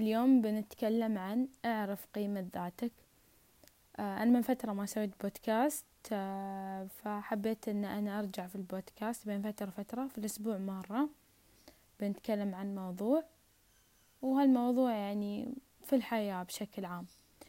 اليوم بنتكلم عن اعرف قيمة ذاتك. أنا من فترة ما سويت بودكاست، فحبيت أن أنا أرجع في البودكاست بين فترة وفترة، في الأسبوع مرة بنتكلم عن موضوع، وهالموضوع يعني في الحياة بشكل عام.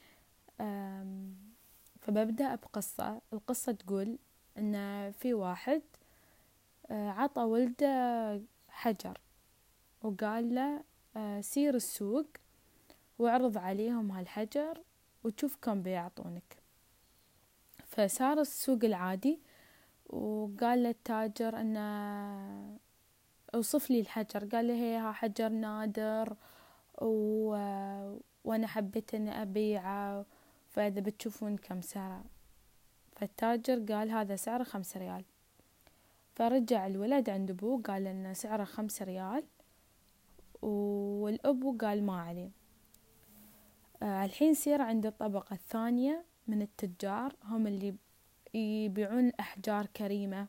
فببدأ بقصة. القصة تقول أن في واحد عطى ولده حجر وقال له سير السوق واعرض عليهم هالحجر وتشوف كم بيعطونك. فسار السوق العادي وقال للتاجر انه اوصف لي الحجر. قال له هي حجر نادر وانا حبيت اني ابيعه، فاذا بتشوفون كم سعره. فالتاجر قال هذا سعره 5 ريال. فرجع الولد عند ابوه قال انه سعره 5 ريال، والابو قال ما عليه. الحين سير عند الطبقة الثانية من التجار، هم اللي يبيعون أحجار كريمة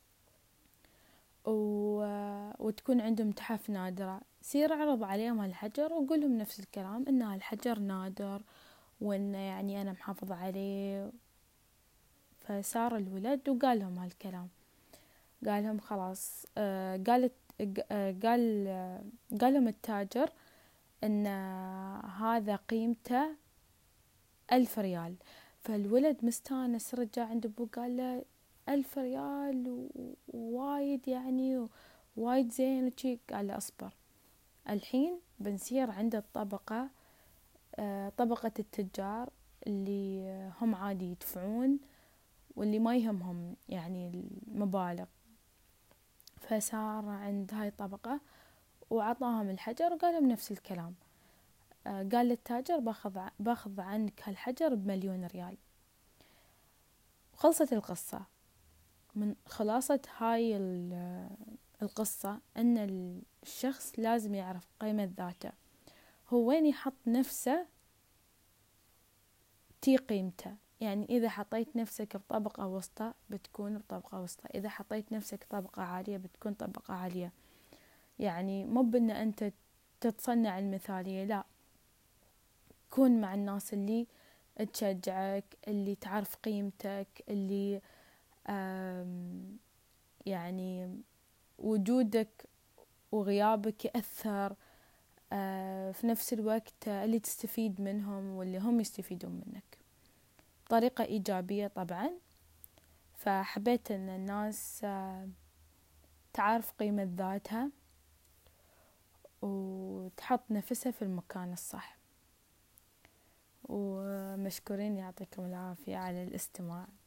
وتكون عندهم تحف نادرة. سير اعرض عليهم هالحجر وقول لهم نفس الكلام، إن هالحجر نادر وإن يعني أنا محافظ عليه. فسار الولد وقال لهم هالكلام، قال لهم خلاص. قال لهم التاجر إن هذا قيمته 1000 ريال. فالولد مستانس، رجع عند أبوه قال له 1000 ريال وايد يعني وايد زين وشي. قال له أصبر، الحين بنسير عند الطبقة طبقة التجار اللي هم عادي يدفعون واللي ما يهمهم يعني المبالغ. فسار عند هاي الطبقة وعطاهم الحجر وقال لهم نفس الكلام. قال للتاجر باخذ عنك هالحجر ب1,000,000 ريال. خلصت القصة. من خلاصة هاي القصة أن الشخص لازم يعرف قيمة ذاته، هو وين يحط نفسه تي قيمته. يعني إذا حطيت نفسك بطبقة وسطى بتكون بطبقة وسطى، إذا حطيت نفسك طبقة عالية بتكون طبقة عالية. يعني مو بأن أنت تتصنع المثالية، لا، كون مع الناس اللي تشجعك، اللي تعرف قيمتك، اللي يعني وجودك وغيابك يأثر، في نفس الوقت اللي تستفيد منهم واللي هم يستفيدون منك بطريقة إيجابية طبعا. فحبيت أن الناس تعرف قيمة ذاتها وتحط نفسها في المكان الصح. ومشكورين، يعطيكم العافية على الاستماع.